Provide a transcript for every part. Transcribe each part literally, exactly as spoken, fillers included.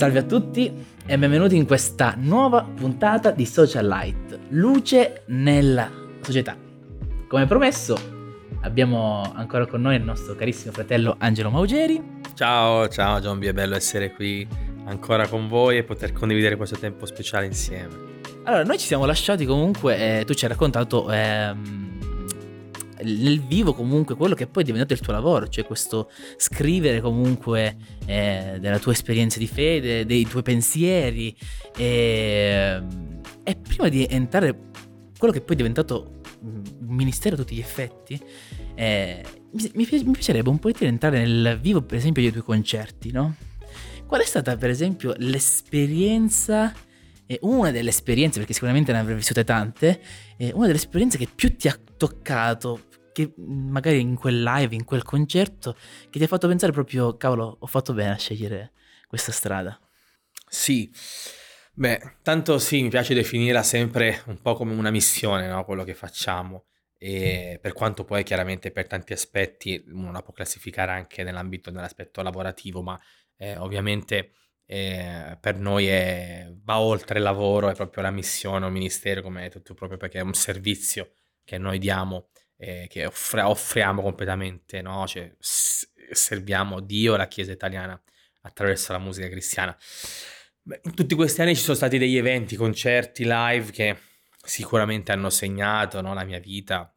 Salve a tutti e benvenuti in questa nuova puntata di Socialite, luce nella società. Come promesso, abbiamo ancora con noi il nostro carissimo fratello Angelo Maugeri. Ciao, ciao Gianbi, è bello essere qui ancora con voi e poter condividere questo tempo speciale insieme. Allora, noi ci siamo lasciati comunque, eh, tu ci hai raccontato ehm, nel vivo comunque quello che poi è diventato il tuo lavoro, cioè questo scrivere comunque eh, della tua esperienza di fede, dei tuoi pensieri e, e prima di entrare quello che poi è diventato un ministero a tutti gli effetti, eh, mi, mi pi- mi piacerebbe un po' di entrare nel vivo, per esempio, dei tuoi concerti, no? Qual è stata, per esempio, l'esperienza, eh, una delle esperienze, perché sicuramente ne avrei vissute tante, eh, una delle esperienze che più ti ha toccato, che magari in quel live, in quel concerto, che ti ha fatto pensare proprio, cavolo, ho fatto bene a scegliere questa strada? Sì, beh, tanto sì, mi piace definirla sempre un po' come una missione, no? Quello che facciamo. E per quanto poi chiaramente per tanti aspetti uno la può classificare anche nell'ambito dell'aspetto lavorativo, ma eh, ovviamente eh, per noi è- va oltre il lavoro, è proprio la missione, un ministero, come hai detto tu, proprio perché è un servizio che noi diamo, eh, che offre- offriamo completamente, no? Cioè, s- serviamo Dio e la Chiesa italiana attraverso la musica cristiana. Beh, in tutti questi anni ci sono stati degli eventi, concerti, live che sicuramente hanno segnato, no, la mia vita,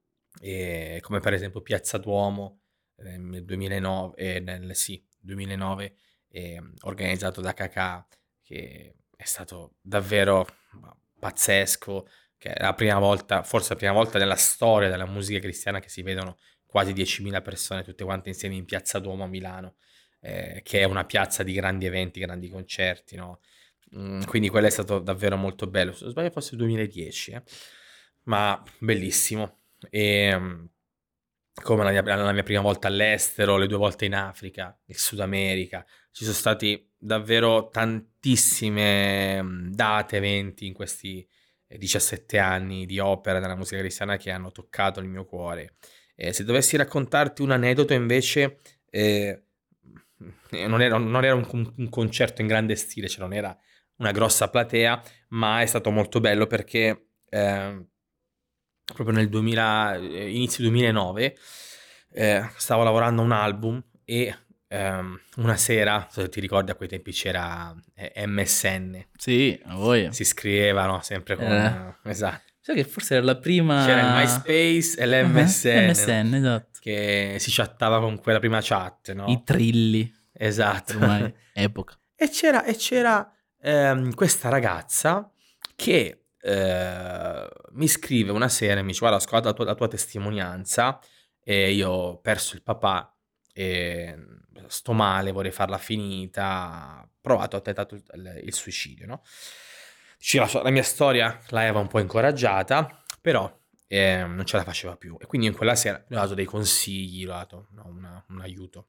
e come per esempio Piazza Duomo eh, nel duemilanove, eh, nel, sì, duemilanove eh, organizzato da Cacà, che è stato davvero pazzesco, che è la prima volta, forse la prima volta nella storia della musica cristiana che si vedono quasi diecimila persone tutte quante insieme in Piazza Duomo a Milano, eh, che è una piazza di grandi eventi, grandi concerti, no? Mm, quindi quello è stato davvero molto bello. Se non sbaglio forse duemiladieci, eh? Ma bellissimo. E, mm, come la mia, la mia prima volta all'estero, le due volte in Africa, il Sud America, ci sono stati davvero tantissime mm, date, eventi in questi eh, diciassette anni di opera della musica cristiana che hanno toccato il mio cuore. Eh, se dovessi raccontarti un aneddoto invece, eh, non era, non era un, un concerto in grande stile, cioè non era una grossa platea, ma è stato molto bello perché eh, proprio nel duemila, eh, inizio duemilanove, eh, stavo lavorando a un album e ehm, una sera, se ti ricordi a quei tempi c'era eh, M S N, Sì, a voi. si scrivevano sempre con... Eh, eh, esatto. sai che forse era la C'era il prima... MySpace e Ah, l'M S N, no? M S N, esatto. Che si chattava con quella prima chat, I no? trilli, Esatto. ormai, epoca. E c'era, e c'era ehm, questa ragazza che eh, mi scrive una sera e mi dice: guarda, ascolta la tua, la tua testimonianza, e io ho perso il papà e sto male, vorrei farla finita, ho provato, ho tentato il, il- il suicidio, no? Dice, la, sua- la mia storia l'aveva un po' incoraggiata, però eh, non ce la faceva più. E quindi in quella sera gli ho dato dei consigli, gli ho dato, no, una- un aiuto.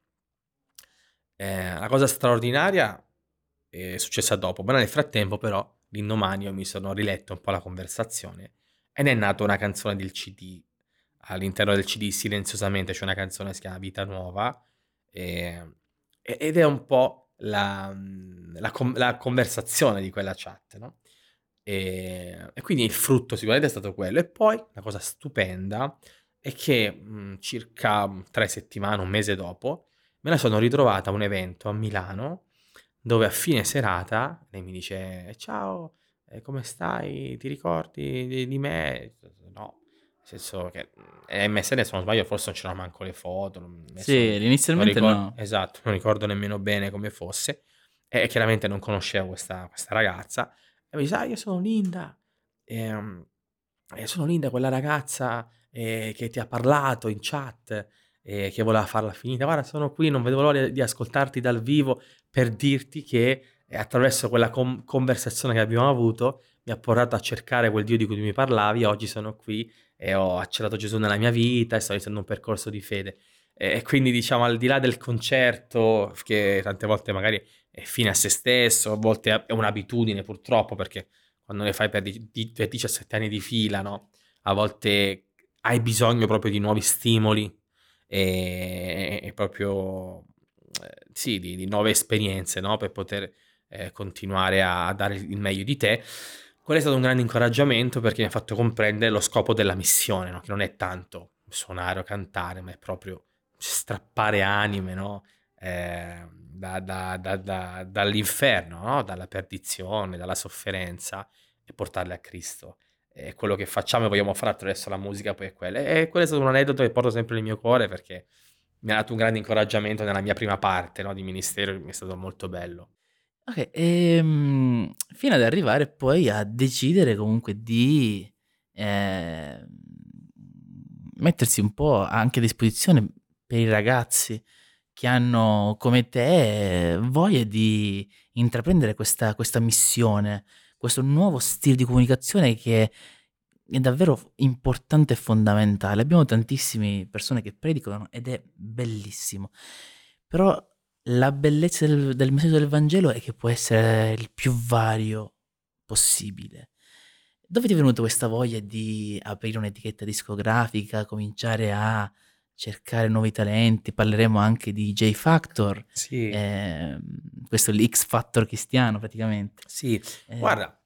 Eh, la cosa straordinaria è successa dopo, ma nel frattempo però, l'indomani io mi sono riletto un po' la conversazione e ne è nata una canzone del C D, all'interno del C D silenziosamente c'è una canzone che si chiama Vita Nuova, e- e- ed è un po' la, la con- la conversazione di quella chat, no? E, e quindi il frutto sicuramente è stato quello. E poi la cosa stupenda è che mh, circa tre settimane, un mese dopo, me la sono ritrovata a un evento a Milano dove a fine serata lei mi dice: ciao, eh, come stai? Ti ricordi di, di me? No, nel senso che eh, M S N, se non sbaglio, forse non c'erano manco le foto, non, adesso Sì, non, non inizialmente ricordo, no. esatto, non ricordo nemmeno bene come fosse, e chiaramente non conoscevo questa, questa ragazza, e mi dice: ah, io sono Linda, ehm, e sono Linda, quella ragazza eh, che ti ha parlato in chat e che voleva farla finita. Guarda, sono qui, non vedo l'ora di ascoltarti dal vivo per dirti che eh, attraverso quella com- conversazione che abbiamo avuto mi ha portato a cercare quel Dio di cui tu mi parlavi. Oggi sono qui e ho accettato Gesù nella mia vita e sto iniziando un percorso di fede. E quindi, diciamo, al di là del concerto, che tante volte magari è fine a se stesso, a volte è un'abitudine purtroppo, perché quando le fai per di- di- per diciassette anni di fila, no? A volte hai bisogno proprio di nuovi stimoli e, e proprio eh, sì, di, di nuove esperienze, no? Per poter eh, continuare a, a dare il meglio di te. Quello è stato un grande incoraggiamento perché mi ha fatto comprendere lo scopo della missione, no? Che non è tanto suonare o cantare, ma è proprio strappare anime, no? Eh, da- da- da- da- dall'inferno, no? Dalla perdizione, dalla sofferenza e portarle a Cristo. E quello che facciamo e vogliamo fare attraverso la musica poi è quello. E quello è stato un aneddoto che porto sempre nel mio cuore perché mi ha dato un grande incoraggiamento nella mia prima parte, no, di ministero, mi è stato molto bello. Okay, ehm, fino ad arrivare poi a decidere comunque di, ehm, mettersi un po' anche a disposizione per i ragazzi che hanno come te voglia di intraprendere questa questa missione, questo nuovo stile di comunicazione che è davvero f importante e fondamentale. Abbiamo tantissimi persone che predicano ed è bellissimo, però la bellezza del del messaggio del Vangelo è che può essere il più vario possibile. Dove ti è venuta questa voglia di aprire un'etichetta discografica, cominciare a cercare nuovi talenti? Parleremo anche di J Factor, Sì, ehm, questo è l'X Factor cristiano praticamente. sì, Ehm guarda,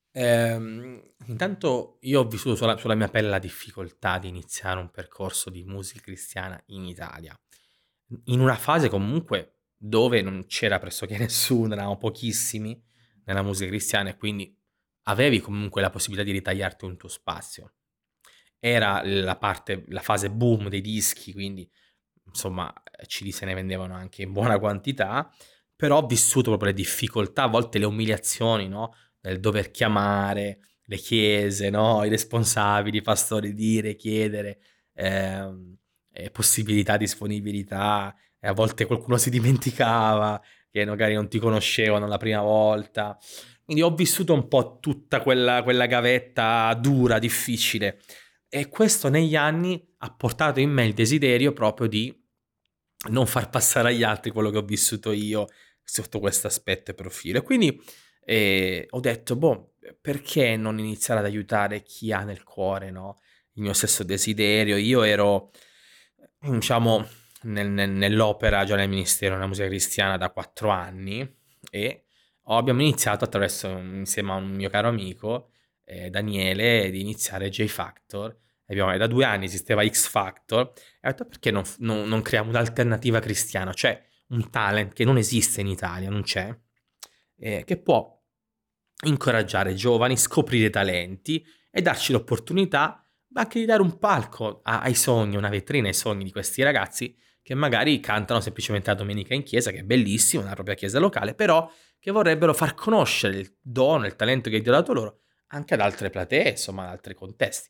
ehm, intanto io ho vissuto sulla, sulla mia pelle la difficoltà di iniziare un percorso di musica cristiana in Italia, in una fase comunque dove non c'era pressoché nessuno, eravamo pochissimi nella musica cristiana e quindi avevi comunque la possibilità di ritagliarti un tuo spazio. Era la parte la fase boom dei dischi, quindi insomma, ehm, C D se ne vendevano anche in buona quantità, però ho vissuto proprio le difficoltà, a volte le umiliazioni, no, nel dover chiamare le chiese, no, i responsabili, i pastori, dire, chiedere, ehm, ehm, possibilità, disponibilità, e a volte qualcuno si dimenticava, che magari non ti conoscevano la prima volta. Quindi ho vissuto un po' tutta quella quella gavetta dura, difficile. E questo negli anni ha portato in me il desiderio proprio di non far passare agli altri quello che ho vissuto io sotto questo aspetto e profilo. E quindi eh, ho detto, boh, perché non iniziare ad aiutare chi ha nel cuore, no? Il mio stesso desiderio. Io ero, eh, diciamo, nel- nel- nell'opera, già nel ministero della musica cristiana da quattro anni e ho- abbiamo iniziato attraverso, insieme a un mio caro amico, eh, Daniele, di iniziare J Factor. Abbiamo- da due anni esisteva X Factor e ho detto perché non, f- non- non creiamo un'alternativa cristiana, cioè un talent che non esiste in Italia, non c'è, eh, che può incoraggiare i giovani, scoprire talenti e darci l'opportunità anche di dare un palco a- ai sogni, una vetrina ai sogni di questi ragazzi che magari cantano semplicemente la domenica in chiesa, che è bellissimo, nella propria chiesa locale, però che vorrebbero far conoscere il dono, il talento che Dio ha dato loro anche ad altre platee, insomma, ad altri contesti.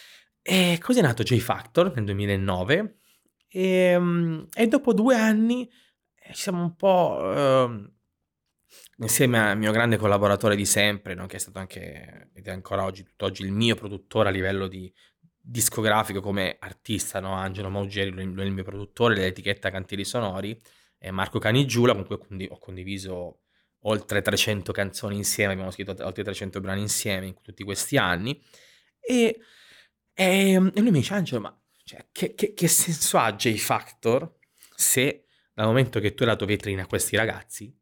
E così è nato J Factor nel duemilanove e, mm, e dopo due anni eh, ci siamo un po', ehm, insieme al mio grande collaboratore di sempre, no, che è stato anche, ed è ancora oggi, tutt'oggi, il mio produttore a livello di discografico come artista, no, Angelo Maugeri, lui lui è il mio produttore dell'etichetta Cantieri Sonori, e Marco Canigiula, con cui ho condi- ho condiviso oltre trecento canzoni insieme, abbiamo scritto oltre trecento brani insieme in tutti questi anni, e, e- e lui mi dice, Angelo, ma cioè, che, che- che senso ha J Factor se dal momento che tu hai la tua vetrina a questi ragazzi,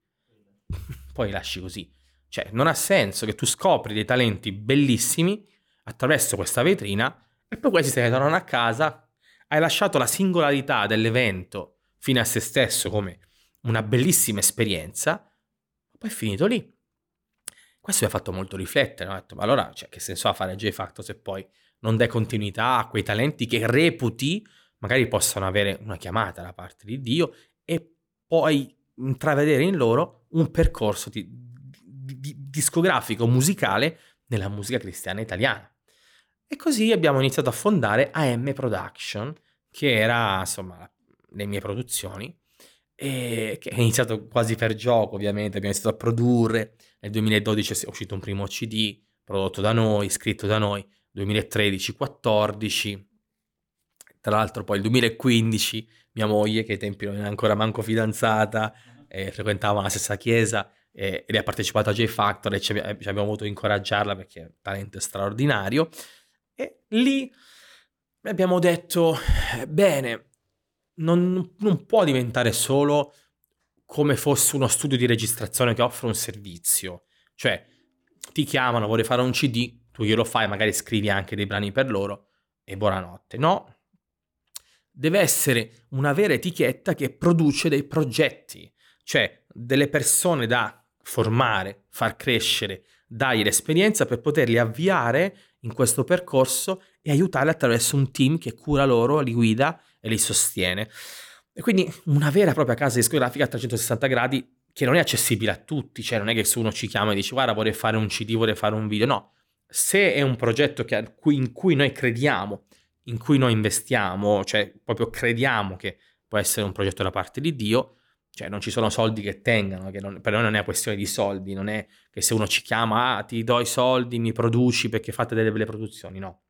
poi li lasci così? Cioè, non ha senso che tu scopri dei talenti bellissimi attraverso questa vetrina e poi questi se ne tornano a casa. Hai lasciato la singolarità dell'evento fine a se stesso come una bellissima esperienza, poi è finito lì. Questo mi ha fatto molto riflettere, no? Ho detto, ma allora, cioè, che senso ha fare J Factor se poi non dai continuità a quei talenti che reputi magari possano avere una chiamata da parte di Dio e poi intravedere in loro un percorso di, di- di- discografico, musicale nella musica cristiana italiana. E così abbiamo iniziato a fondare A M Production, che era insomma le mie produzioni, e che è iniziato quasi per gioco, ovviamente. Abbiamo iniziato a produrre. Nel duemiladodici è uscito un primo C D prodotto da noi, scritto da noi. duemilatredici quattordici. Tra l'altro, poi il duemilaquindici, mia moglie, che ai tempi non era ancora manco fidanzata, eh, frequentava la stessa chiesa eh, ed ha partecipato a J Factor e ci, abbi- ci abbiamo voluto incoraggiarla perché è un talento straordinario. E lì abbiamo detto, eh, bene, non, non può diventare solo come fosse uno studio di registrazione che offre un servizio. Cioè, ti chiamano, vorrei fare un C D, tu glielo fai, magari scrivi anche dei brani per loro e buonanotte. No, deve essere una vera etichetta che produce dei progetti, cioè delle persone da formare, far crescere, dargli l'esperienza per poterli avviare in questo percorso e aiutarli attraverso un team che cura loro, li guida e li sostiene. E quindi una vera e propria casa discografica a trecentosessanta gradi che non è accessibile a tutti, cioè non è che se uno ci chiama e dice guarda vorrei fare un C D, vorrei fare un video, no. Se è un progetto che, in cui noi crediamo, in cui noi investiamo, cioè proprio crediamo che può essere un progetto da parte di Dio, cioè non ci sono soldi che tengano, che non, per noi non è questione di soldi, non è che se uno ci chiama, ah, ti do i soldi, mi produci perché fate delle belle produzioni, no.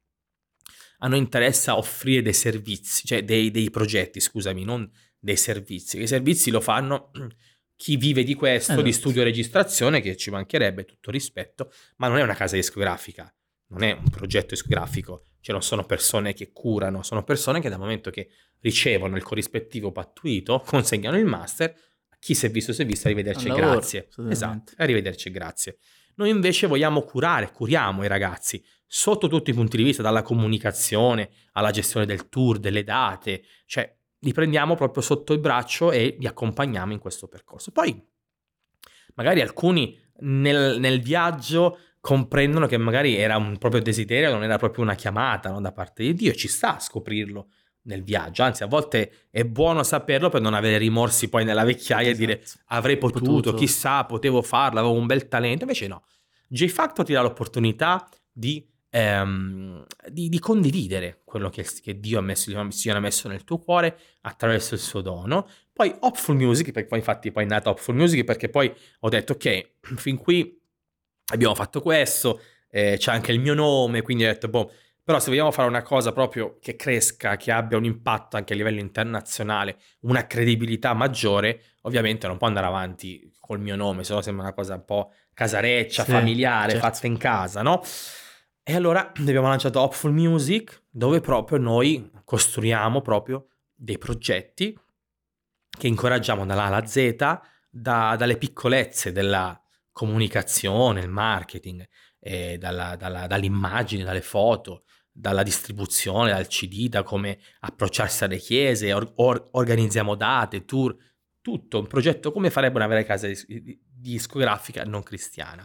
A noi interessa offrire dei servizi, cioè dei, dei progetti, scusami, non dei servizi. I servizi lo fanno chi vive di questo, esatto. Di studio e registrazione, che ci mancherebbe, tutto rispetto, ma non è una casa discografica, non è un progetto discografico, cioè non sono persone che curano, sono persone che dal momento che ricevono il corrispettivo pattuito, consegnano il master, chi si è visto si è visto, arrivederci e grazie. Esatto, arrivederci e grazie. Noi invece vogliamo curare, curiamo i ragazzi sotto tutti i punti di vista, dalla comunicazione alla gestione del tour, delle date, cioè li prendiamo proprio sotto il braccio e li accompagniamo in questo percorso. Poi magari alcuni nel, nel viaggio comprendono che magari era un proprio desiderio, non era proprio una chiamata, no, da parte di Dio, e ci sta a scoprirlo nel viaggio, anzi a volte è buono saperlo per non avere rimorsi poi nella vecchiaia, esatto. E dire avrei potuto, potuto, chissà, potevo farlo, avevo un bel talento, invece no. J-Factor ti dà l'opportunità di, ehm, di, di condividere quello che, che Dio ha messo, ha messo nel tuo cuore attraverso il suo dono. Poi Hopeful Music, perché poi infatti poi è nata Hopeful Music, perché poi ho detto ok, fin qui abbiamo fatto questo, eh, c'è anche il mio nome, quindi ho detto boh, però se vogliamo fare una cosa proprio che cresca, che abbia un impatto anche a livello internazionale, una credibilità maggiore, ovviamente non può andare avanti col mio nome, se no sembra una cosa un po' casareccia, sì, familiare, certo. Fatta in casa, no? E allora abbiamo lanciato Hopeful Music, dove proprio noi costruiamo proprio dei progetti che incoraggiamo dalla A alla Z, da, dalle piccolezze della comunicazione, il marketing, eh, dalla, dalla, dall'immagine, dalle foto, dalla distribuzione, dal C D, da come approcciarsi alle chiese, or, or, organizziamo date, tour, tutto, un progetto come farebbe una vera casa discografica non cristiana,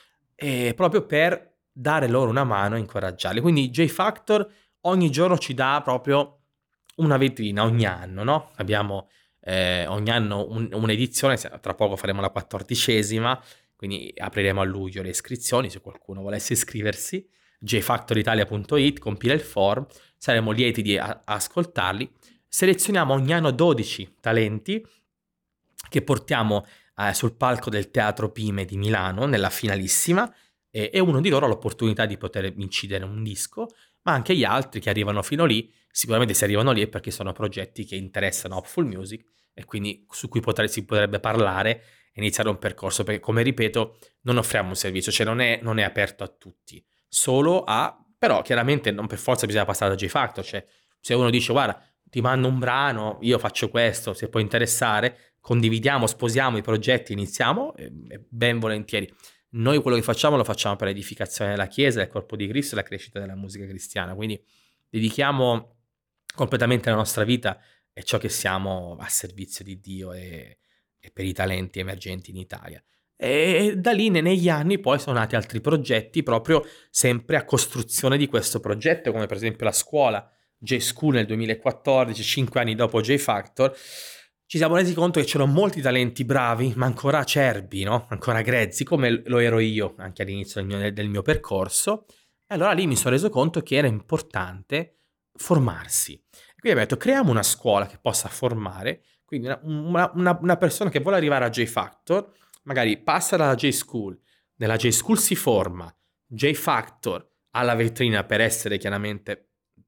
e proprio per dare loro una mano e incoraggiarli. Quindi J-Factor ogni giorno ci dà proprio una vetrina, ogni anno, no? Abbiamo eh, ogni anno un, un'edizione, tra poco faremo la quattordicesima, quindi apriremo a luglio le iscrizioni, se qualcuno volesse iscriversi, j factor italia punto it, compila il form, saremo lieti di a- ascoltarli. Selezioniamo ogni anno dodici talenti che portiamo eh, sul palco del Teatro Pime di Milano, nella finalissima, e, e uno di loro ha l'opportunità di poter incidere un disco, ma anche gli altri che arrivano fino lì, sicuramente se arrivano lì è perché sono progetti che interessano Hopeful Music e quindi su cui potre, si potrebbe parlare e iniziare un percorso, perché come ripeto non offriamo un servizio, cioè non è, non è aperto a tutti, solo a, però chiaramente non per forza bisogna passare da J-Factor, cioè se uno dice guarda ti mando un brano, io faccio questo, se può interessare, condividiamo, sposiamo i progetti, iniziamo, e, e ben volentieri. Noi quello che facciamo lo facciamo per l'edificazione della Chiesa, del corpo di Cristo e la crescita della musica cristiana, quindi dedichiamo completamente la nostra vita e ciò che siamo a servizio di Dio e, e per i talenti emergenti in Italia. E da lì negli anni poi sono nati altri progetti proprio sempre a costruzione di questo progetto, come per esempio la scuola J-School nel duemilaquattordici, cinque anni dopo J-Factor. Ci siamo resi conto che c'erano molti talenti bravi, ma ancora acerbi, no? Ancora grezzi, come lo ero io anche all'inizio del mio, del mio percorso. E allora lì mi sono reso conto che era importante formarsi. E quindi abbiamo detto, creiamo una scuola che possa formare, quindi una, una, una persona che vuole arrivare a J-Factor, magari passa dalla J-School, nella J-School si forma, J-Factor ha la vetrina per essere chiaramente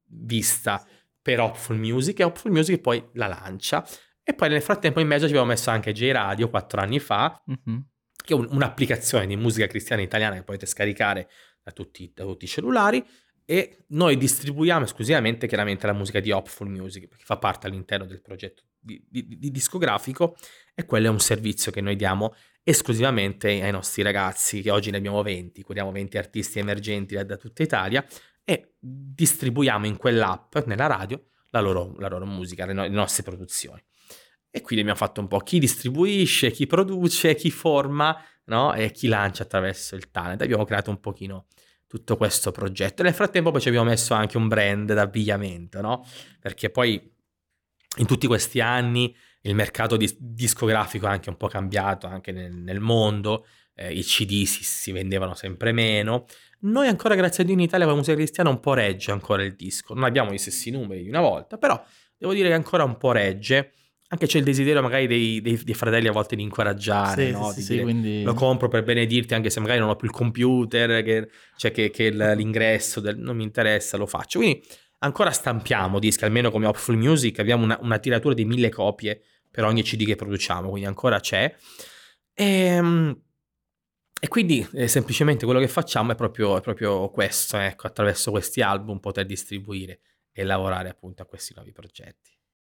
vista per Hopeful Music, e Hopeful Music poi la lancia. E poi nel frattempo in mezzo ci abbiamo messo anche J-Radio quattro anni fa, mm-hmm. che è un, un'applicazione di musica cristiana italiana che potete scaricare da tutti, da tutti i cellulari, e noi distribuiamo esclusivamente chiaramente la musica di Hopeful Music, perché fa parte all'interno del progetto di, di, di discografico, e quello è un servizio che noi diamo esclusivamente ai nostri ragazzi, che oggi ne abbiamo venti, curiamo venti artisti emergenti da, da tutta Italia, e distribuiamo in quell'app, nella radio, la loro, la loro musica, le, no- le nostre produzioni. E quindi abbiamo fatto un po' chi distribuisce, chi produce, chi forma, no? E chi lancia attraverso il talent. Abbiamo creato un pochino tutto questo progetto. E nel frattempo poi ci abbiamo messo anche un brand d'abbigliamento, no? Perché poi in tutti questi anni il mercato dis- discografico è anche un po' cambiato anche nel, nel mondo, eh, i C D si, si vendevano sempre meno. Noi ancora, grazie a Dio, in Italia con la musica cristiana un po' regge ancora il disco. Non abbiamo gli stessi numeri di una volta, però devo dire che ancora un po' regge. Anche c'è il desiderio magari dei, dei, dei fratelli a volte di incoraggiare, Sì, no? sì, Di sì, dire, quindi lo compro per benedirti anche se magari non ho più il computer, che, cioè che, che il- l'ingresso del- non mi interessa, lo faccio. Quindi ancora stampiamo dischi, almeno come Hopeful Music, abbiamo una, una tiratura di mille copie per ogni C D che produciamo, quindi ancora c'è. E, e quindi eh, semplicemente quello che facciamo è proprio, è proprio questo, ecco, attraverso questi album poter distribuire e lavorare appunto a questi nuovi progetti.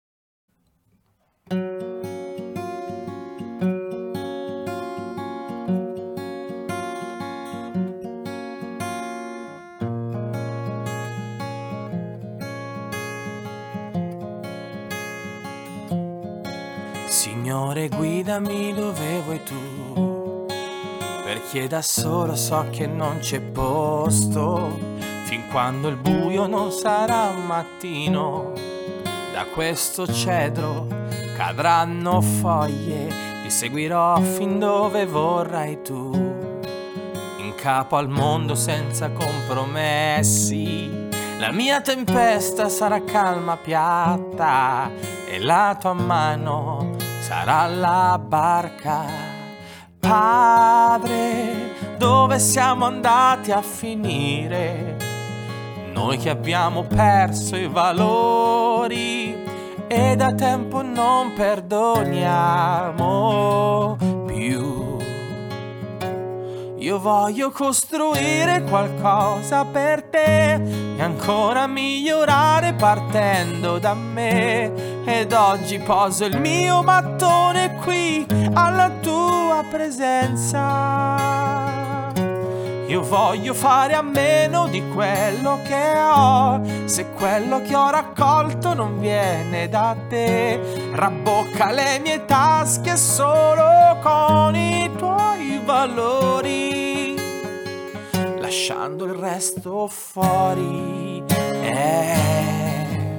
Signore, guidami dove vuoi tu, perché da solo so che non c'è posto, fin quando il buio non sarà mattino. Da questo cedro cadranno foglie, ti seguirò fin dove vorrai tu, in capo al mondo senza compromessi. La mia tempesta sarà calma piatta e la tua mano sarà la barca. Padre, dove siamo andati a finire? Noi che abbiamo perso i valori e da tempo non perdoniamo più. Io voglio costruire qualcosa per te e ancora migliorare partendo da me. Ed oggi poso il mio mattone qui alla tua presenza. Io voglio fare a meno di quello che ho, se quello che ho raccolto non viene da te. Rabbocca le mie tasche solo con i tuoi valori, lasciando il resto fuori. Eh.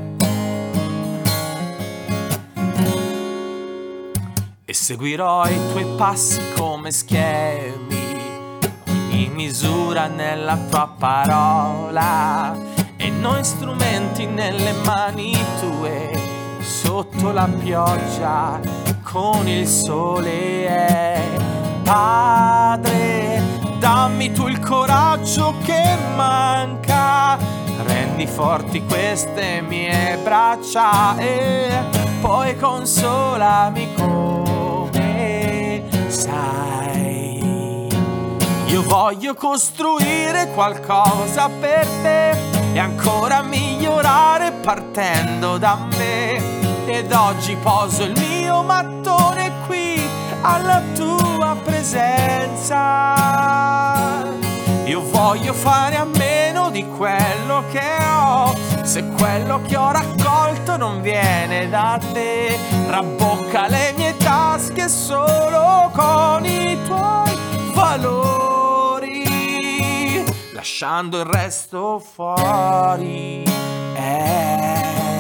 E seguirò i tuoi passi come schemi, ogni misura nella tua parola, e noi strumenti nelle mani tue, sotto la pioggia con il sole. Padre, dammi tu il coraggio che manca, rendi forti queste mie braccia e poi consolami come sai. Io voglio costruire qualcosa per te e ancora migliorare partendo da me. Ed oggi poso il mio mattone qui alla tua presenza. Io voglio fare a meno di quello che ho, se quello che ho raccolto non viene da te. Rabbocca le mie tasche solo con i tuoi valori, lasciando il resto fuori. Eh.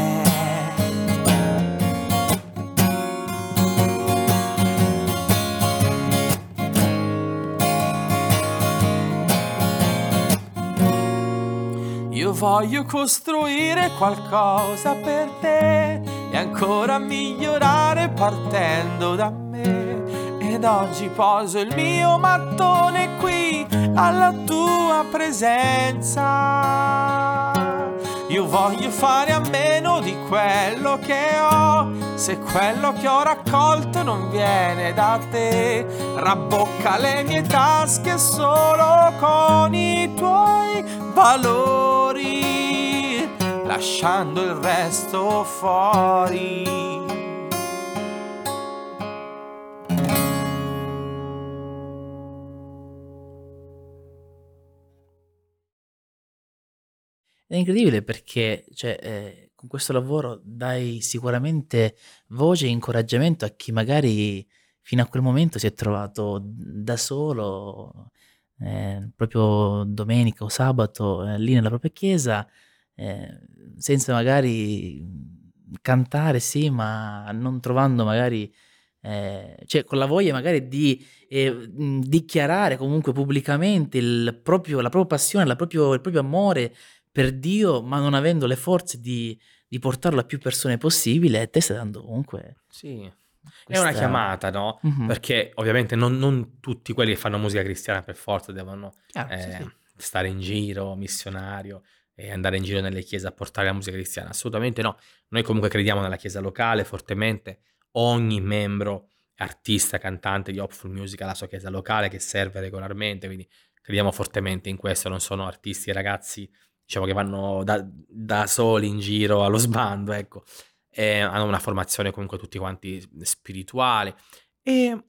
Io voglio costruire qualcosa per te e ancora migliorare partendo da me. Ed oggi poso il mio mattone qui alla tua presenza. Io voglio fare a meno di quello che ho, se quello che ho raccolto non viene da te. Rabbocca le mie tasche solo con i tuoi valori, lasciando il resto fuori. È incredibile perché, cioè, eh, con questo lavoro dai sicuramente voce e incoraggiamento a chi magari fino a quel momento si è trovato da solo, eh, proprio domenica o sabato, eh, lì nella propria chiesa, eh, senza magari mm, cantare, sì, ma non trovando magari, eh, cioè con la voglia magari di eh, mh, dichiarare comunque pubblicamente il proprio, la propria passione, la proprio- il proprio amore per Dio, ma non avendo le forze di di portarlo a più persone possibile, e te stai dando comunque Sì, è una questa chiamata, no? mh-mh, Perché ovviamente non, non tutti quelli che fanno musica cristiana per forza devono chiaro, sì, eh, sì. stare in giro, missionario e andare in giro nelle chiese a portare la musica cristiana. Assolutamente no. Noi comunque crediamo nella chiesa locale fortemente. Ogni membro, artista, cantante di Hopeful Music ha la sua chiesa locale che serve regolarmente, quindi crediamo fortemente in questo. Non sono artisti e ragazzi, diciamo, che vanno da, da soli in giro allo sbando, ecco. Eh, hanno una formazione comunque tutti quanti spirituale. E,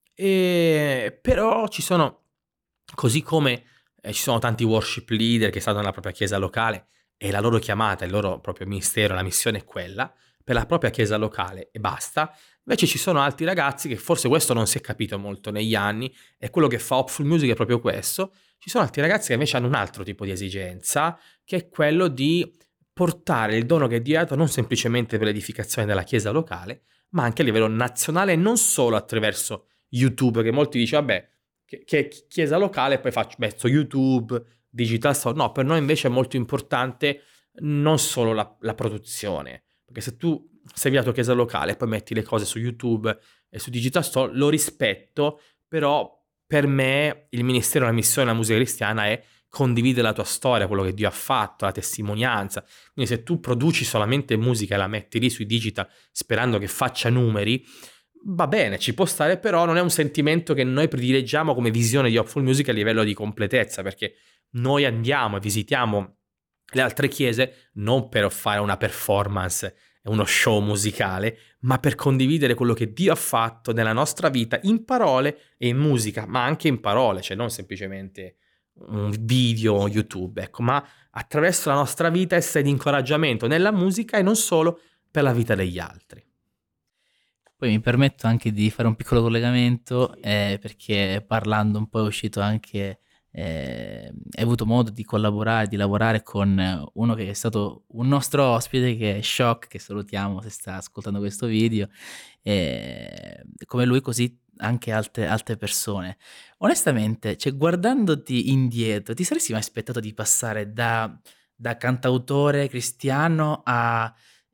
e- però ci sono, così come eh, ci sono tanti worship leader che stanno nella propria chiesa locale e la loro chiamata, il loro proprio ministero, la missione è quella, per la propria chiesa locale e basta. Invece ci sono altri ragazzi che forse questo non si è capito molto negli anni, e quello che fa Hopeful Music è proprio questo. Ci sono altri ragazzi che invece hanno un altro tipo di esigenza, che è quello di portare il dono che Dio ha dato non semplicemente per l'edificazione della chiesa locale, ma anche a livello nazionale, e non solo attraverso YouTube, che molti dicono, vabbè, che, che chiesa locale, poi faccio, metto YouTube, digital store. No, per noi invece è molto importante non solo la, la produzione, perché se tu sei avviato chiesa locale e poi metti le cose su YouTube e su digital store, lo rispetto, però per me il ministero, la missione della musica cristiana è condividere la tua storia, quello che Dio ha fatto, la testimonianza. Quindi se tu produci solamente musica e la metti lì sui digital sperando che faccia numeri, va bene, ci può stare, però non è un sentimento che noi predileggiamo come visione di Hopeful Music a livello di completezza, perché noi andiamo e visitiamo le altre chiese non per fare una performance e uno show musicale, ma per condividere quello che Dio ha fatto nella nostra vita in parole e in musica, ma anche in parole, cioè non semplicemente un video YouTube, ecco, ma attraverso la nostra vita essere di incoraggiamento nella musica e non solo per la vita degli altri. Poi mi permetto anche di fare un piccolo collegamento, eh, perché parlando un po' è uscito anche, eh, hai avuto modo di collaborare, di lavorare con eh, uno che è stato un nostro ospite, che è Shock, che salutiamo se sta ascoltando questo video, eh, come lui così anche altre, altre persone. Onestamente, cioè, guardandoti indietro, ti saresti mai aspettato di passare da, da cantautore cristiano a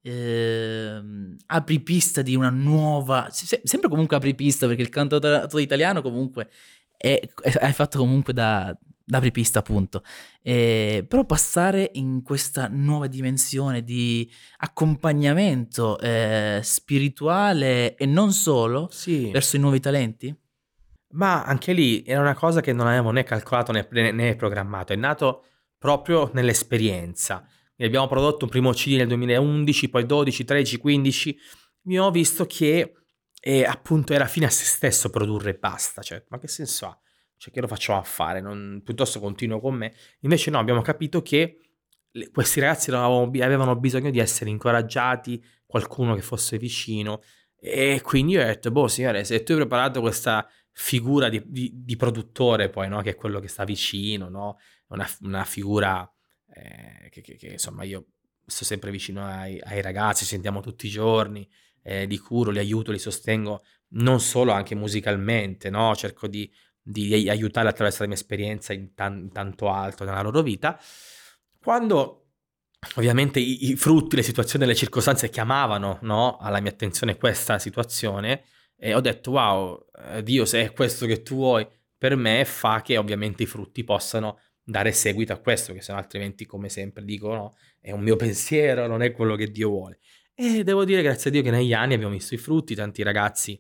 ehm, apripista di una nuova, se- sempre comunque apripista, perché il cantautorato italiano comunque è, è- hai fatto comunque da, da apripista, appunto. Eh, però passare in questa nuova dimensione di accompagnamento eh, spirituale e non solo Sì, verso i nuovi talenti? ma anche lì era una cosa che non avevo né calcolato né, né- né programmato, è nato proprio nell'esperienza. Quindi abbiamo prodotto un primo C D nel duemilaundici, poi dodici, tredici, quindici. Abbiamo visto che eh, appunto era fine a se stesso produrre e basta. Cioè, ma che senso ha? Cioè, che lo facciamo a fare? Non- piuttosto continuo con me. Invece no, abbiamo capito che le- questi ragazzi avevano avevano bisogno di essere incoraggiati, qualcuno che fosse vicino. E quindi io ho detto, boh signore, se tu hai preparato questa figura di, di- di produttore poi, no? Che è quello che sta vicino, no? Una, una figura eh, che, che- che, insomma io sto sempre vicino ai, ai ragazzi, ci sentiamo tutti i giorni, eh, li curo, li aiuto, li sostengo, non solo, anche musicalmente, no? Cerco di, di aiutarli attraverso la mia esperienza in, tan- in tanto altro nella loro vita. Quando ovviamente i, i frutti, le situazioni, le circostanze chiamavano, no, alla mia attenzione questa situazione, e ho detto wow, eh, Dio, se è questo che tu vuoi per me, fa che ovviamente i frutti possano dare seguito a questo, che se no altrimenti, come sempre dico, no, è un mio pensiero, non è quello che Dio vuole. E devo dire grazie a Dio che negli anni abbiamo visto i frutti, tanti ragazzi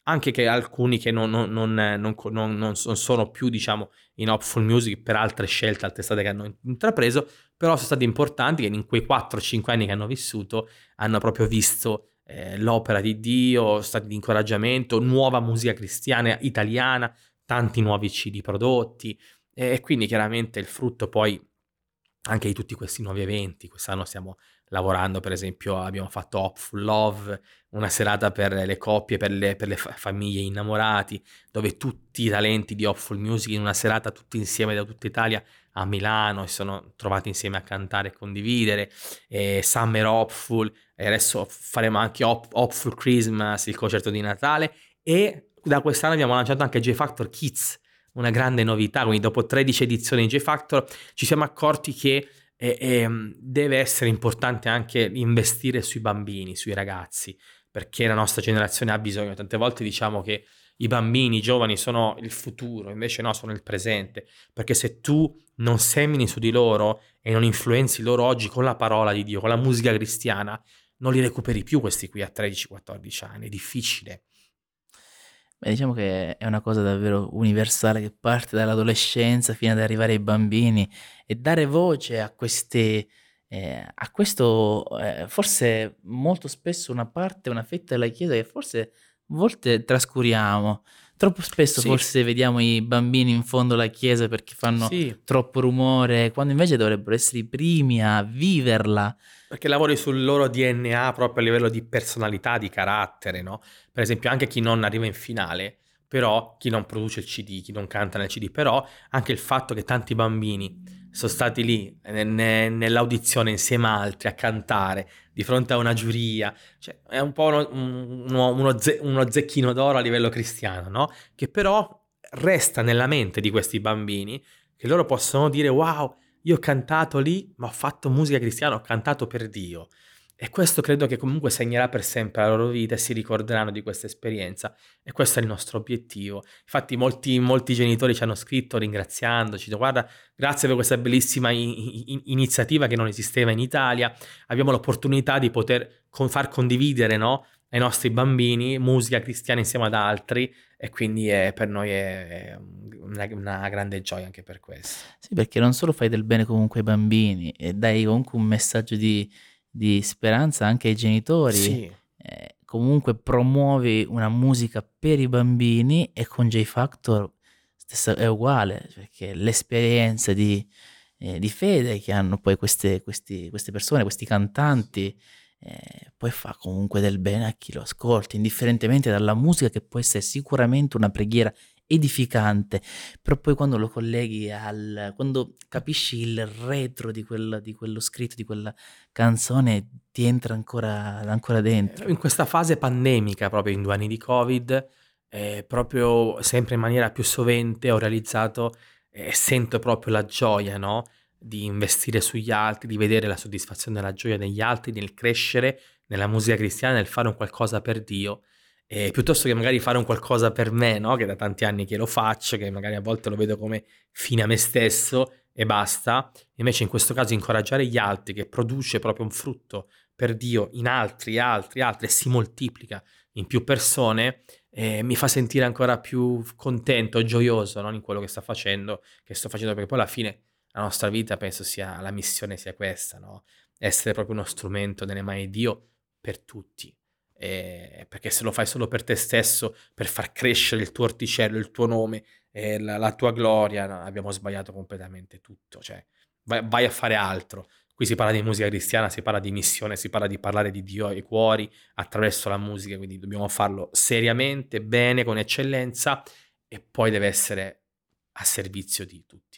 anche che alcuni che non, non, non, non, non, non sono più, diciamo, in Hopeful Music per altre scelte, altre strade che hanno intrapreso, però sono stati importanti, che in quei quattro cinque anni che hanno vissuto hanno proprio visto eh, l'opera di Dio, stati di incoraggiamento, nuova musica cristiana italiana, tanti nuovi C D prodotti, e quindi chiaramente il frutto poi anche di tutti questi nuovi eventi. Quest'anno stiamo lavorando, per esempio abbiamo fatto Hopeful Love, una serata per le coppie, per le, per le fa- famiglie innamorati, dove tutti i talenti di Hopeful Music in una serata tutti insieme da tutta Italia a Milano si sono trovati insieme a cantare e condividere, e Summer Hopeful, e adesso faremo anche Hop- Hopeful Christmas, il concerto di Natale, e da quest'anno abbiamo lanciato anche J Factor Kids, una grande novità. Quindi dopo tredici edizioni di J Factor ci siamo accorti che eh, eh, deve essere importante anche investire sui bambini, sui ragazzi, perché la nostra generazione ha bisogno. Tante volte diciamo che i bambini, i giovani sono il futuro, invece no, sono il presente, perché se tu non semini su di loro e non influenzi loro oggi con la parola di Dio, con la musica cristiana, non li recuperi più questi qui a tredici quattordici anni, è difficile. Beh, diciamo che è una cosa davvero universale che parte dall'adolescenza fino ad arrivare ai bambini, e dare voce a queste ehm, a questo, ehm, forse molto spesso una parte, una fetta della Chiesa che forse a volte trascuriamo. Troppo spesso Sì, forse vediamo i bambini in fondo alla chiesa perché fanno sì, troppo rumore, quando invece dovrebbero essere i primi a viverla. perché lavori sul loro D N A proprio a livello di personalità, di carattere, no? Per esempio anche chi non arriva in finale, però chi non produce il C D, chi non canta nel C D, però anche il fatto che tanti bambini sono stati lì ne- ne- nell'audizione insieme a altri a cantare di fronte a una giuria, cioè è un po' uno, uno, uno ze- uno zecchino d'oro a livello cristiano, no? Che però resta nella mente di questi bambini, che loro possono dire wow, io ho cantato lì, ma ho fatto musica cristiana, ho cantato per Dio. E questo credo che comunque segnerà per sempre la loro vita e si ricorderanno di questa esperienza. E questo è il nostro obiettivo. Infatti molti, molti genitori ci hanno scritto ringraziandoci, dicendo, guarda, grazie per questa bellissima i- i- iniziativa che non esisteva in Italia. Abbiamo l'opportunità di poter con- far condividere, no, ai nostri bambini musica cristiana insieme ad altri, e quindi è- per noi è, è una, una grande gioia anche per questo. Sì, perché non solo fai del bene comunque ai bambini e dai comunque un messaggio di di speranza anche ai genitori, Sì, ehm, comunque promuovi una musica per i bambini, e con J Factor stessa è uguale, perché l'esperienza di ehm, di fede che hanno poi queste questi queste persone, questi cantanti, ehm, poi fa comunque del bene a chi lo ascolta, indifferentemente dalla musica che può essere sicuramente una preghiera edificante, però poi quando lo colleghi al quando capisci il retro di quel di quello scritto, di quella canzone, ti entra ancora ancora Eh, dentro. in questa fase pandemica, proprio in due anni di Covid, ehm, proprio sempre in maniera più sovente ho realizzato e sento proprio la gioia, no, di investire sugli altri, di vedere la soddisfazione e la gioia degli altri nel crescere nella musica cristiana, nel fare un qualcosa per Dio, ehm, piuttosto che magari fare un qualcosa per me, no, che da tanti anni che lo faccio, che magari a volte lo vedo come fine a me stesso e basta. Invece in questo caso incoraggiare gli altri, che produce proprio un frutto per Dio in altri, altri, altri, e si moltiplica in più persone, eh, mi fa sentire ancora più contento, gioioso, no, in quello che sto facendo, che sto facendo, perché poi alla fine la nostra vita penso sia, la missione sia questa, no? Essere proprio uno strumento nelle mani di Dio per tutti. Eh, perché se lo fai solo per te stesso, per far crescere il tuo orticello, il tuo nome, eh, la, la tua gloria, no, abbiamo sbagliato completamente tutto. Cioè, vai, vai a fare altro. Qui si parla di musica cristiana, si parla di missione, si parla di parlare di Dio ai cuori attraverso la musica, quindi dobbiamo farlo seriamente, bene, con eccellenza, e poi deve essere a servizio di tutti.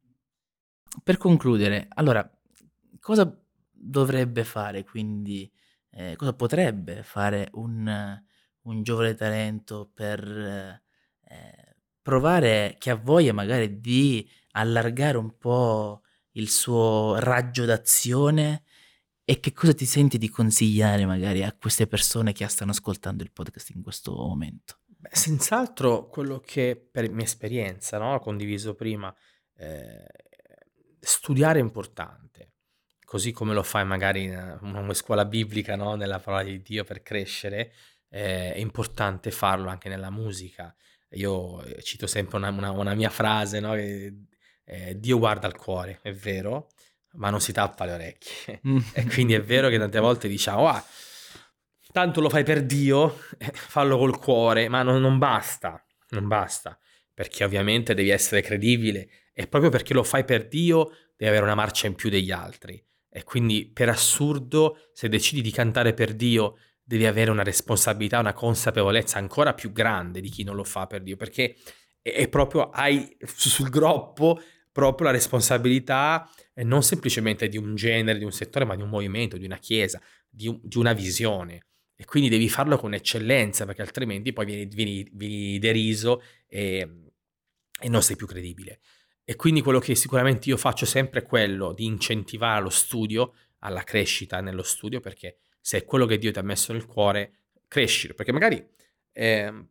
Per concludere, allora, cosa dovrebbe fare quindi, ehm, cosa potrebbe fare un un giovane talento per, ehm, provare, che ha voglia magari di allargare un po' il suo raggio d'azione, e che cosa ti senti di consigliare magari a queste persone che stanno ascoltando il podcast in questo momento? Beh, senz'altro quello che per mia esperienza, no, ho condiviso prima, ehm, studiare è importante, così come lo fai magari in una scuola biblica, no, nella parola di Dio per crescere, eh, è importante farlo anche nella musica. Io eh, cito sempre una, una- una mia frase, no? Che, eh, Dio guarda al cuore, è vero, ma non si tappa le orecchie. Mm. E quindi è vero che tante volte diciamo, ah, tanto lo fai per Dio, eh, fallo col cuore, ma non, non basta, non basta, perché ovviamente devi essere credibile e proprio perché lo fai per Dio devi avere una marcia in più degli altri. E quindi per assurdo, se decidi di cantare per Dio, devi avere una responsabilità, una consapevolezza ancora più grande di chi non lo fa per Dio, perché è, è proprio hai sul groppo proprio la responsabilità eh, non semplicemente di un genere, di un settore, ma di un movimento, di una chiesa, di, un- di una visione. E quindi devi farlo con eccellenza, perché altrimenti poi vieni, vieni- vieni deriso e, e non sei più credibile. E quindi quello che sicuramente io faccio sempre è quello di incentivare lo studio, alla crescita nello studio, perché se è quello che Dio ti ha messo nel cuore, crescilo. Perché magari ehm,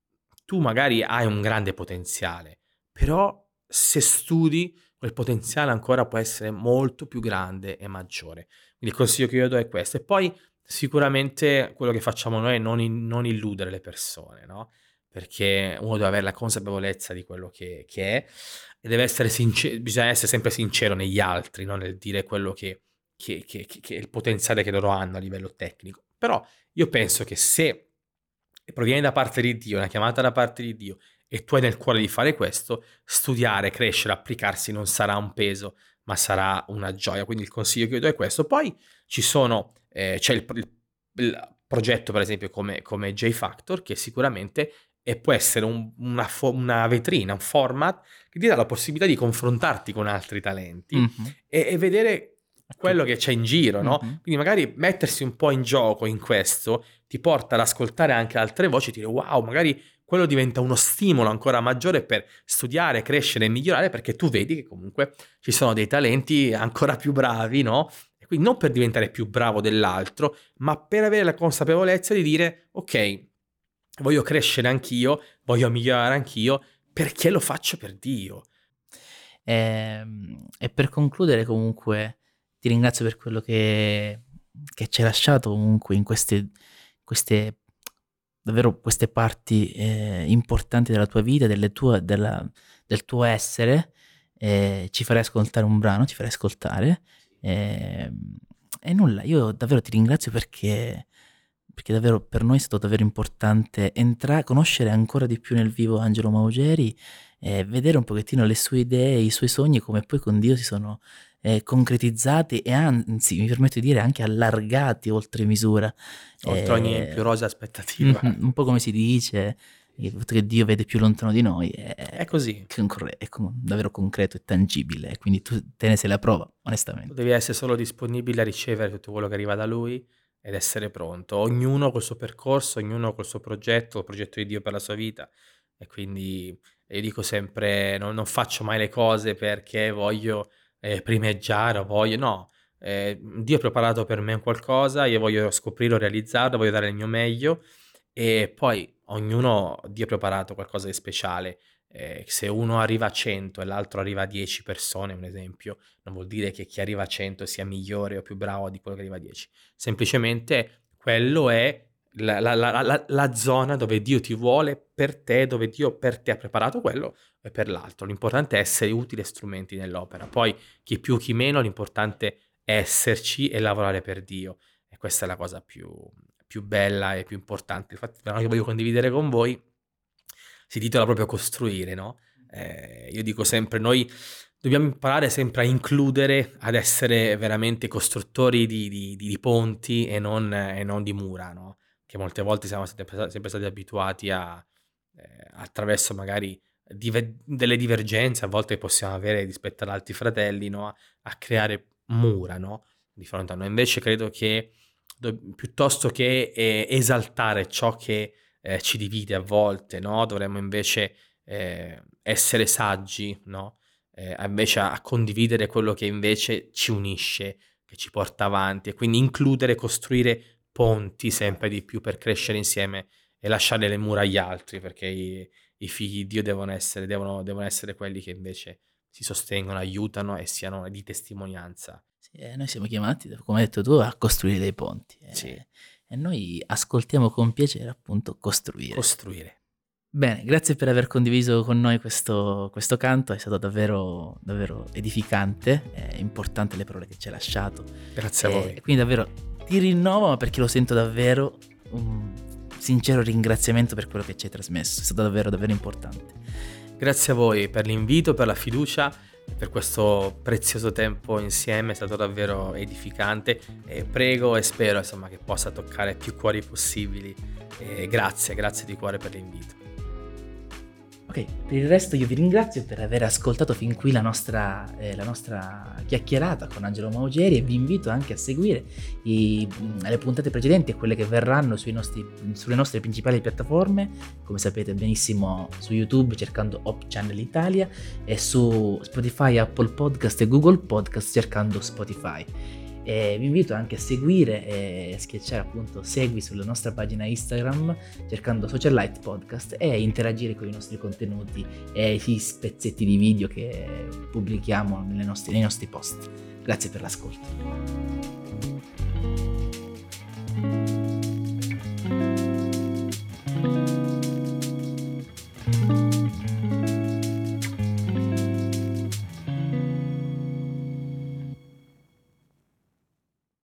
tu magari hai un grande potenziale, però se studi quel potenziale ancora può essere molto più grande e maggiore. Quindi il consiglio che io do è questo. E poi sicuramente quello che facciamo noi è non, in- non illudere le persone, no? Perché uno deve avere la consapevolezza di quello che, che è e deve essere sincero, bisogna essere sempre sincero negli altri, no? Nel dire quello che, che, che, che- che è il potenziale che loro hanno a livello tecnico. Però io penso che se proviene da parte di Dio, una chiamata da parte di Dio, e tu hai nel cuore di fare questo, studiare, crescere, applicarsi non sarà un peso, ma sarà una gioia. Quindi il consiglio che io do è questo. Poi ci sono, eh, c'è il, il- il progetto, per esempio, come, come J Factor, che sicuramente e può essere un- una, fo- una vetrina, un format che ti dà la possibilità di confrontarti con altri talenti Mhm. e, e vedere Ecco. quello che c'è in giro, no? Mhm. Quindi magari mettersi un po' in gioco in questo ti porta ad ascoltare anche altre voci e dire wow, magari quello diventa uno stimolo ancora maggiore per studiare, crescere e migliorare perché tu vedi che comunque ci sono dei talenti ancora più bravi, no? E quindi non per diventare più bravo dell'altro, ma per avere la consapevolezza di dire ok, voglio crescere anch'io, voglio migliorare anch'io, perché lo faccio per Dio. Ehm, e per concludere comunque ti ringrazio per quello che, che ci hai lasciato comunque in queste, queste davvero queste parti eh, importanti della tua vita, delle tue, della- del tuo essere. Eh, ci farei ascoltare un brano, ci farei ascoltare. ehm, e nulla, io davvero ti ringrazio perché, perché davvero per noi è stato davvero importante entrare, conoscere ancora di più nel vivo Angelo Maugeri e vedere un pochettino le sue idee, i suoi sogni, come poi con Dio si sono eh, concretizzati e anzi, mi permetto di dire, anche allargati oltre misura. Oltre ogni più Eh, rosa aspettativa. mhm, un po' come si dice, il fatto che Dio vede più lontano di noi è, È così. concre- è con- davvero concreto e tangibile, e quindi tu te ne sei la prova, Tu onestamente. devi essere solo disponibile a ricevere tutto quello che arriva da Lui ed essere pronto. Ognuno col suo percorso, ognuno col suo progetto, il progetto di Dio per la sua vita. E quindi io dico sempre, non, non faccio mai le cose perché voglio eh, primeggiare o voglio... No, eh, Dio ha preparato per me qualcosa, io voglio scoprirlo, realizzarlo, voglio dare il mio meglio e poi ognuno, Dio ha preparato qualcosa di speciale. Eh, se uno arriva a cento e l'altro arriva a dieci persone, un esempio, non vuol dire che chi arriva a cento sia migliore o più bravo di quello che arriva a dieci. Semplicemente quello è la, la- la- la- la zona dove Dio ti vuole per te, dove Dio per te ha preparato quello e per l'altro. L'importante è essere utili strumenti nell'opera. Poi chi più, chi meno, l'importante è esserci e lavorare per Dio. E questa è la cosa più, più bella e più importante. Infatti, la cosa che voglio condividere con voi si titola proprio Costruire, no? Eh, io dico sempre, noi dobbiamo imparare sempre a includere, ad essere veramente costruttori di, di- di- di ponti e non, e non di mura, no? Che molte volte siamo sempre, sempre stati abituati a, eh, attraverso magari dive- delle divergenze, a volte possiamo avere rispetto ad altri fratelli, no? A, a creare mura, no? Di fronte a noi. Invece credo che do- piuttosto che eh, esaltare ciò che eh, ci divide a volte, no? Dovremmo invece eh, essere saggi, no? Eh, invece a, a condividere quello che invece ci unisce, che ci porta avanti e quindi includere, costruire ponti sempre di più per crescere insieme e lasciare le mura agli altri, perché i, i figli di Dio devono essere, devono, devono essere quelli che invece si sostengono, aiutano e siano di testimonianza. Sì, eh, noi siamo chiamati, come hai detto tu, a costruire dei ponti. Sì. eh, e noi ascoltiamo con piacere appunto Costruire. Costruire. Bene, grazie per aver condiviso con noi questo, questo canto, è stato davvero, davvero edificante, è importante le parole che ci hai lasciato. Grazie a voi. E quindi davvero ti rinnovo, ma perché lo sento davvero un sincero ringraziamento per quello che ci hai trasmesso, è stato davvero davvero importante. Grazie a voi per l'invito, per la fiducia, per questo prezioso tempo insieme, è stato davvero edificante e prego e spero insomma che possa toccare più cuori possibili. E grazie, grazie di cuore per l'invito. Ok, per il resto io vi ringrazio per aver ascoltato fin qui la nostra, eh, la nostra chiacchierata con Angelo Maugeri e vi invito anche a seguire i, le puntate precedenti e quelle che verranno sui nostri, sulle nostre principali piattaforme, come sapete benissimo su YouTube cercando Hop Channel Italia e su Spotify, Apple Podcast e Google Podcast cercando Spotify. E vi invito anche a seguire e schiacciare appunto segui sulla nostra pagina Instagram cercando Socialite Podcast e interagire con i nostri contenuti e i spezzetti di video che pubblichiamo nelle nostre, nei nostri post. Grazie per l'ascolto.